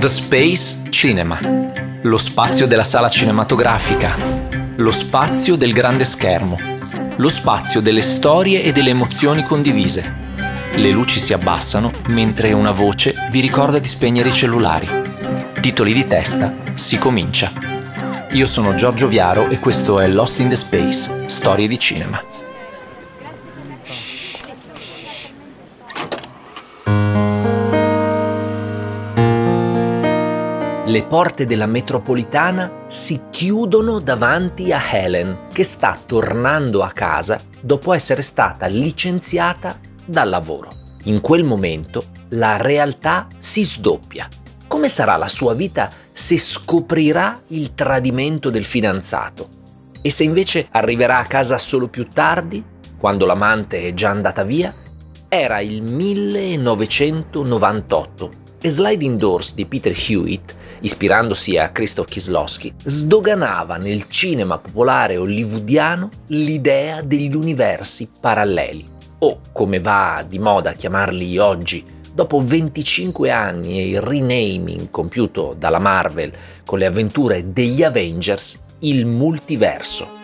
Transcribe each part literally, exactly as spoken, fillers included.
The Space Cinema, lo spazio della sala cinematografica, lo spazio del grande schermo, lo spazio delle storie e delle emozioni condivise. Le luci si abbassano mentre una voce vi ricorda di spegnere i cellulari. Titoli di testa, si comincia. Io sono Giorgio Viaro e questo è Lost in the Space, storie di cinema. Le porte della metropolitana si chiudono davanti a Helen, che sta tornando a casa dopo essere stata licenziata dal lavoro. In quel momento la realtà si sdoppia. Come sarà la sua vita se scoprirà il tradimento del fidanzato? E se invece arriverà a casa solo più tardi, quando l'amante è già andata via? Era il millenovecentonovantotto e Sliding Doors di Peter Hewitt, ispirandosi a Krzysztof Kieślowski, sdoganava nel cinema popolare hollywoodiano l'idea degli universi paralleli, o come va di moda chiamarli oggi, dopo venticinque anni e il renaming compiuto dalla Marvel con le avventure degli Avengers, il multiverso.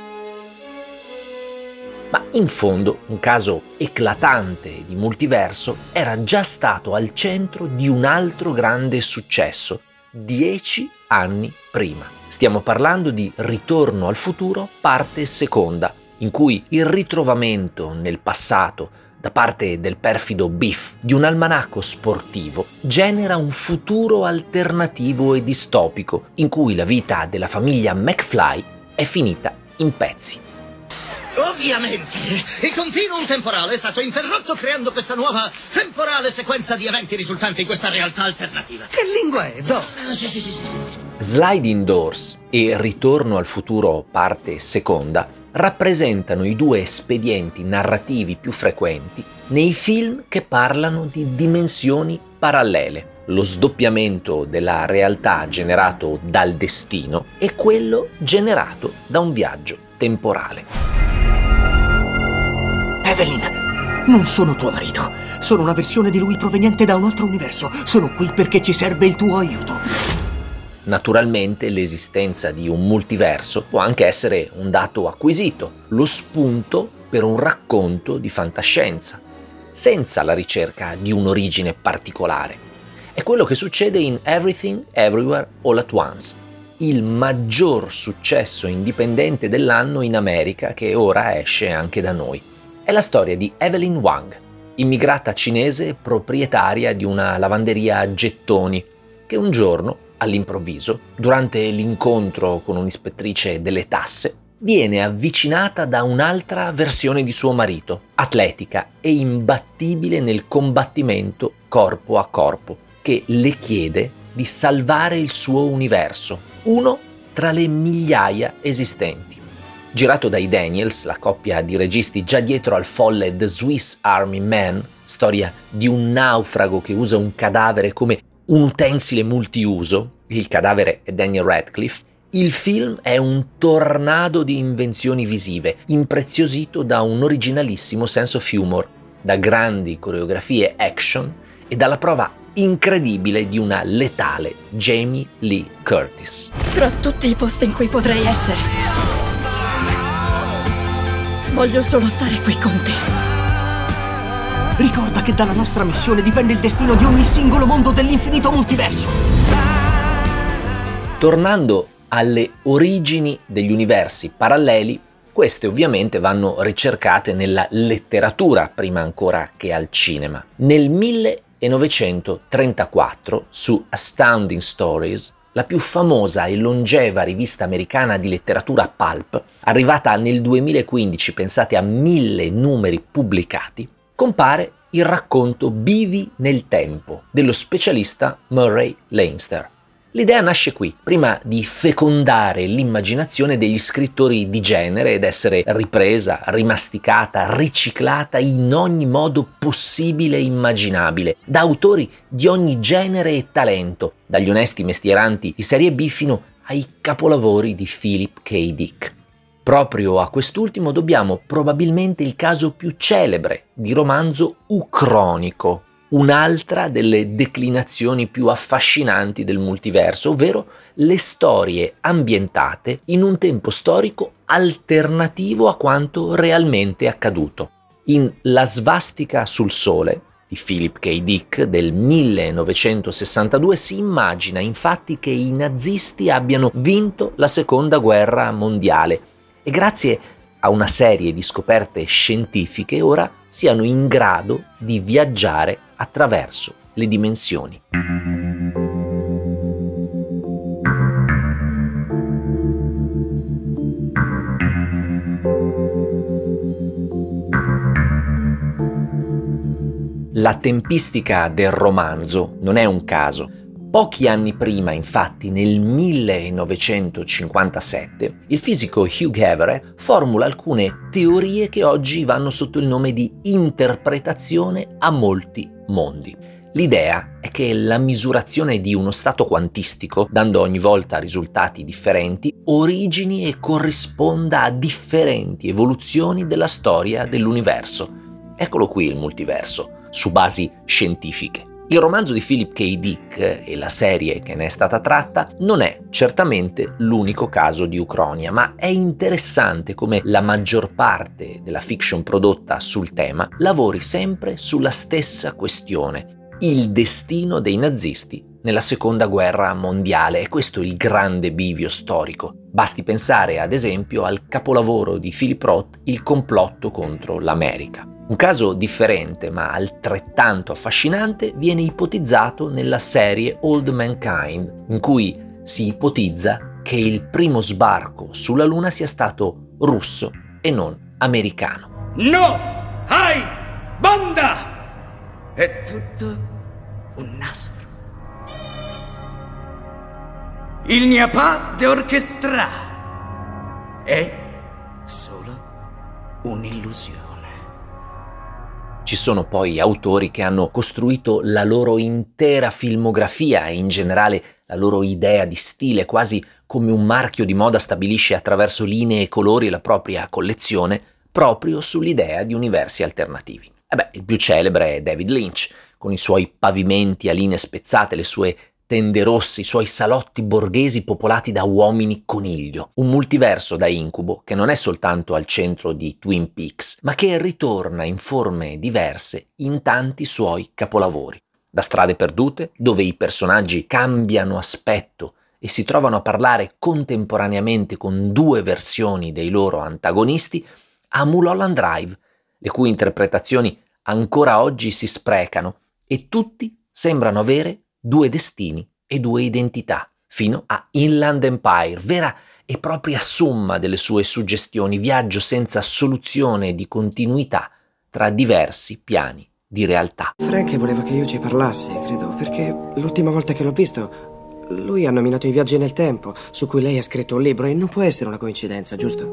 Ma in fondo un caso eclatante di multiverso era già stato al centro di un altro grande successo dieci anni prima. Stiamo parlando di Ritorno al futuro, parte seconda, in cui il ritrovamento nel passato da parte del perfido Biff di un almanacco sportivo genera un futuro alternativo e distopico in cui la vita della famiglia McFly è finita in pezzi. Ovviamente, il continuum temporale è stato interrotto creando questa nuova temporale sequenza di eventi risultanti in questa realtà alternativa. Che lingua è, Doc? Ah, sì, sì, sì, sì, sì. Sliding Doors e Ritorno al futuro parte seconda rappresentano i due espedienti narrativi più frequenti nei film che parlano di dimensioni parallele. Lo sdoppiamento della realtà generato dal destino e quello generato da un viaggio temporale. Evelyn, non sono tuo marito. Sono una versione di lui proveniente da un altro universo. Sono qui perché ci serve il tuo aiuto. Naturalmente l'esistenza di un multiverso può anche essere un dato acquisito, lo spunto per un racconto di fantascienza, senza la ricerca di un'origine particolare. È quello che succede in Everything, Everywhere, All at Once, il maggior successo indipendente dell'anno in America che ora esce anche da noi. È la storia di Evelyn Wang, immigrata cinese proprietaria di una lavanderia a gettoni, che un giorno, all'improvviso, durante l'incontro con un'ispettrice delle tasse, viene avvicinata da un'altra versione di suo marito, atletica e imbattibile nel combattimento corpo a corpo, che le chiede di salvare il suo universo, uno tra le migliaia esistenti. Girato dai Daniels, la coppia di registi già dietro al folle The Swiss Army Man, storia di un naufrago che usa un cadavere come un utensile multiuso, il cadavere è Daniel Radcliffe, il film è un tornado di invenzioni visive, impreziosito da un originalissimo sense of humor, da grandi coreografie action e dalla prova incredibile di una letale Jamie Lee Curtis. Tra tutti i posti in cui potrei essere, voglio solo stare qui con te. Ricorda che dalla nostra missione dipende il destino di ogni singolo mondo dell'infinito multiverso. Tornando alle origini degli universi paralleli, queste ovviamente vanno ricercate nella letteratura prima ancora che al cinema. Nel millenovecentotrentaquattro, su Astounding Stories, la più famosa e longeva rivista americana di letteratura pulp, arrivata nel duemilaquindici, pensate a mille numeri pubblicati, compare il racconto Bivi nel tempo dello specialista Murray Leinster. L'idea nasce qui, prima di fecondare l'immaginazione degli scrittori di genere ed essere ripresa, rimasticata, riciclata in ogni modo possibile e immaginabile, da autori di ogni genere e talento, dagli onesti mestieranti di serie B fino ai capolavori di Philip K. Dick. Proprio a quest'ultimo dobbiamo probabilmente il caso più celebre di romanzo ucronico, un'altra delle declinazioni più affascinanti del multiverso, ovvero le storie ambientate in un tempo storico alternativo a quanto realmente accaduto. In La svastica sul sole di Philip K. Dick del millenovecentosessantadue si immagina infatti che i nazisti abbiano vinto la seconda guerra mondiale e grazie a una serie di scoperte scientifiche ora siano in grado di viaggiare attraverso le dimensioni. La tempistica del romanzo non è un caso. Pochi anni prima, infatti, nel millenovecentocinquantasette, il fisico Hugh Everett formula alcune teorie che oggi vanno sotto il nome di interpretazione a molti mondi. L'idea è che la misurazione di uno stato quantistico, dando ogni volta risultati differenti, origini e corrisponda a differenti evoluzioni della storia dell'universo. Eccolo qui il multiverso, su basi scientifiche. Il romanzo di Philip K. Dick e la serie che ne è stata tratta non è certamente l'unico caso di Ucronia, ma è interessante come la maggior parte della fiction prodotta sul tema lavori sempre sulla stessa questione: il destino dei nazisti nella seconda guerra mondiale. E questo è il grande bivio storico. Basti pensare ad esempio al capolavoro di Philip Roth, Il complotto contro l'America. Un caso differente ma altrettanto affascinante viene ipotizzato nella serie Old Mankind, in cui si ipotizza che il primo sbarco sulla Luna sia stato russo e non americano. No! Hai! Banda! È tutto un nastro. Il n'y a pas d'orchestra. È solo un'illusione. Ci sono poi autori che hanno costruito la loro intera filmografia e in generale la loro idea di stile, quasi come un marchio di moda stabilisce attraverso linee e colori la propria collezione, proprio sull'idea di universi alternativi. E beh, il più celebre è David Lynch, con i suoi pavimenti a linee spezzate, le sue tende rosse, i suoi salotti borghesi popolati da uomini coniglio. Un multiverso da incubo che non è soltanto al centro di Twin Peaks, ma che ritorna in forme diverse in tanti suoi capolavori. Da Strade perdute, dove i personaggi cambiano aspetto e si trovano a parlare contemporaneamente con due versioni dei loro antagonisti, a Mulholland Drive, le cui interpretazioni ancora oggi si sprecano e tutti sembrano avere due destini e due identità, fino a Inland Empire, vera e propria summa delle sue suggestioni, viaggio senza soluzione di continuità tra diversi piani di realtà. Frank voleva che io ci parlassi, credo, perché l'ultima volta che l'ho visto, lui ha nominato i viaggi nel tempo, su cui lei ha scritto un libro, e non può essere una coincidenza,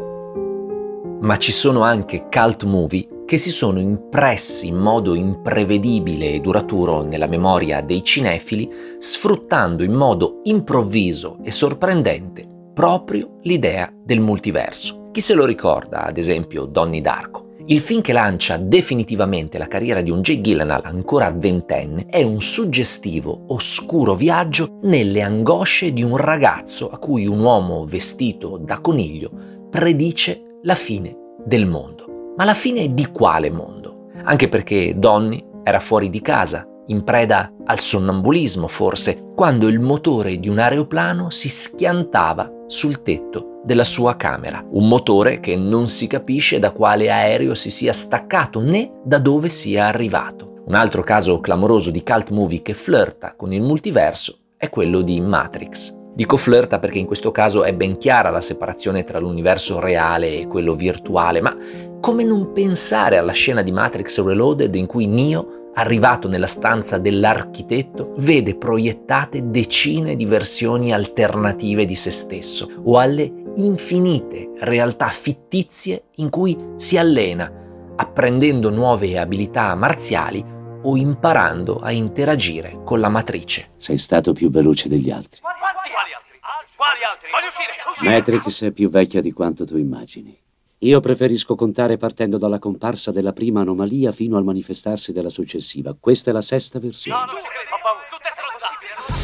giusto? Ma ci sono anche cult movie che si sono impressi in modo imprevedibile e duraturo nella memoria dei cinefili, sfruttando in modo improvviso e sorprendente proprio l'idea del multiverso. Chi se lo ricorda, ad esempio, Donnie Darko? Il film che lancia definitivamente la carriera di un Jake Gyllenhaal ancora ventenne è un suggestivo, oscuro viaggio nelle angosce di un ragazzo a cui un uomo vestito da coniglio predice la fine del mondo. Ma la fine di quale mondo? Anche perché Donnie era fuori di casa, in preda al sonnambulismo forse, quando il motore di un aeroplano si schiantava sul tetto della sua camera. Un motore che non si capisce da quale aereo si sia staccato né da dove sia arrivato. Un altro caso clamoroso di cult movie che flirta con il multiverso è quello di Matrix. Dico flirta perché in questo caso è ben chiara la separazione tra l'universo reale e quello virtuale, ma come non pensare alla scena di Matrix Reloaded in cui Neo, arrivato nella stanza dell'architetto, vede proiettate decine di versioni alternative di se stesso, o alle infinite realtà fittizie in cui si allena, apprendendo nuove abilità marziali o imparando a interagire con la matrice. Sei stato più veloce degli altri. Quali altri? Quali altri? Voglio uscire! Matrix è più vecchia di quanto tu immagini. Io preferisco contare partendo dalla comparsa della prima anomalia fino al manifestarsi della successiva. Questa è la sesta versione. No, non ci credo, ho paura.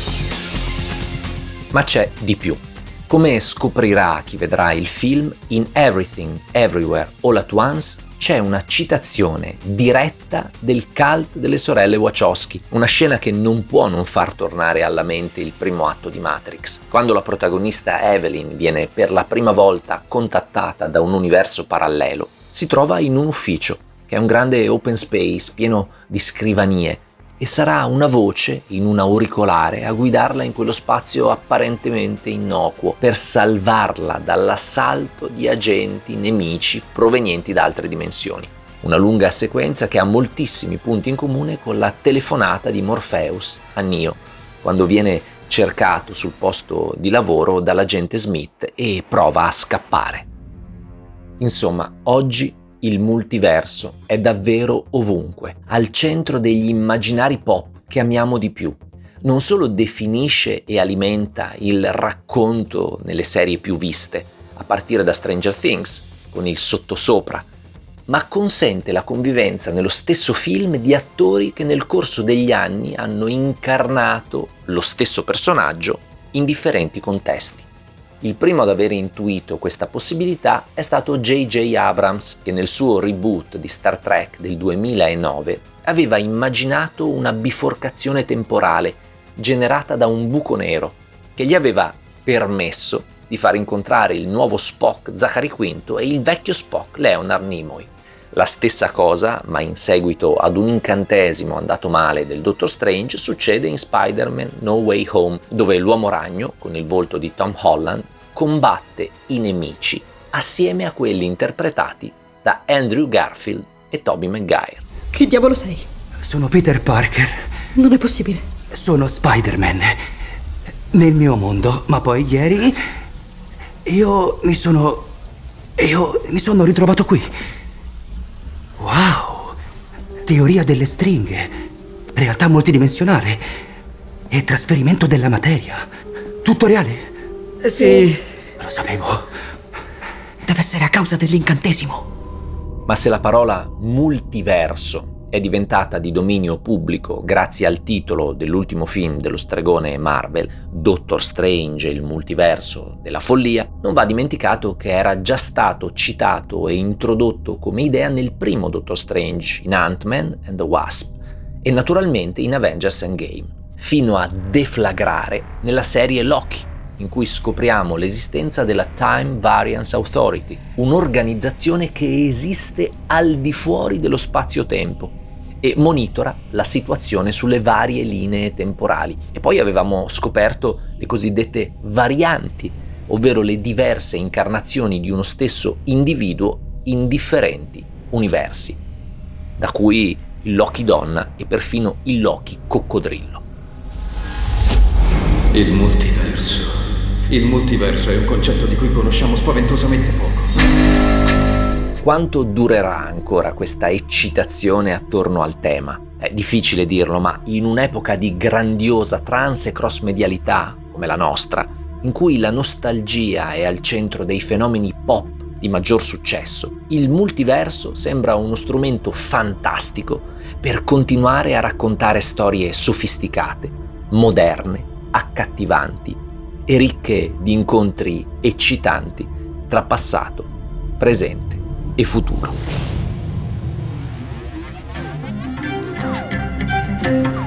Tutte stronzate. Ma c'è di più. Come scoprirà chi vedrà il film, in Everything, Everywhere, All at Once c'è una citazione diretta del cult delle sorelle Wachowski, una scena che non può non far tornare alla mente il primo atto di Matrix, quando la protagonista Evelyn viene per la prima volta contattata da un universo parallelo. Si trova in un ufficio, che è un grande open space pieno di scrivanie, e sarà una voce in un auricolare a guidarla in quello spazio apparentemente innocuo per salvarla dall'assalto di agenti nemici provenienti da altre dimensioni. Una lunga sequenza che ha moltissimi punti in comune con la telefonata di Morpheus a Neo, quando viene cercato sul posto di lavoro dall'agente Smith e prova a scappare. Insomma, oggi il multiverso è davvero ovunque, al centro degli immaginari pop che amiamo di più. Non solo definisce e alimenta il racconto nelle serie più viste, a partire da Stranger Things, con il sottosopra, ma consente la convivenza nello stesso film di attori che nel corso degli anni hanno incarnato lo stesso personaggio in differenti contesti. Il primo ad aver intuito questa possibilità è stato J J Abrams, che nel suo reboot di Star Trek del duemilanove aveva immaginato una biforcazione temporale generata da un buco nero che gli aveva permesso di far incontrare il nuovo Spock Zachary Quinto e il vecchio Spock Leonard Nimoy. La stessa cosa, ma in seguito ad un incantesimo andato male del Dottor Strange, succede in Spider-Man No Way Home, dove l'Uomo Ragno, con il volto di Tom Holland, combatte i nemici assieme a quelli interpretati da Andrew Garfield e Tobey Maguire. Chi diavolo sei? Sono Peter Parker. Non è possibile. Sono Spider-Man. Nel mio mondo, ma poi ieri io mi sono... io mi sono ritrovato qui. Wow! Teoria delle stringhe, realtà multidimensionale e trasferimento della materia. Tutto reale? Sì. Lo sapevo. Deve essere a causa dell'incantesimo. Ma se la parola multiverso è diventata di dominio pubblico grazie al titolo dell'ultimo film dello stregone Marvel, Doctor Strange e il multiverso della follia, non va dimenticato che era già stato citato e introdotto come idea nel primo Doctor Strange, in Ant-Man and the Wasp, e naturalmente in Avengers Endgame, fino a deflagrare nella serie Loki, in cui scopriamo l'esistenza della Time Variance Authority, un'organizzazione che esiste al di fuori dello spazio-tempo e monitora la situazione sulle varie linee temporali. E poi avevamo scoperto le cosiddette varianti, ovvero le diverse incarnazioni di uno stesso individuo in differenti universi, da cui il Loki donna e perfino il Loki coccodrillo. Il multiverso. Il multiverso è un concetto di cui conosciamo spaventosamente poco. Quanto durerà ancora questa eccitazione attorno al tema? È difficile dirlo, ma in un'epoca di grandiosa trans e cross-medialità come la nostra, in cui la nostalgia è al centro dei fenomeni pop di maggior successo, il multiverso sembra uno strumento fantastico per continuare a raccontare storie sofisticate, moderne, accattivanti e ricche di incontri eccitanti tra passato, presente e futuro.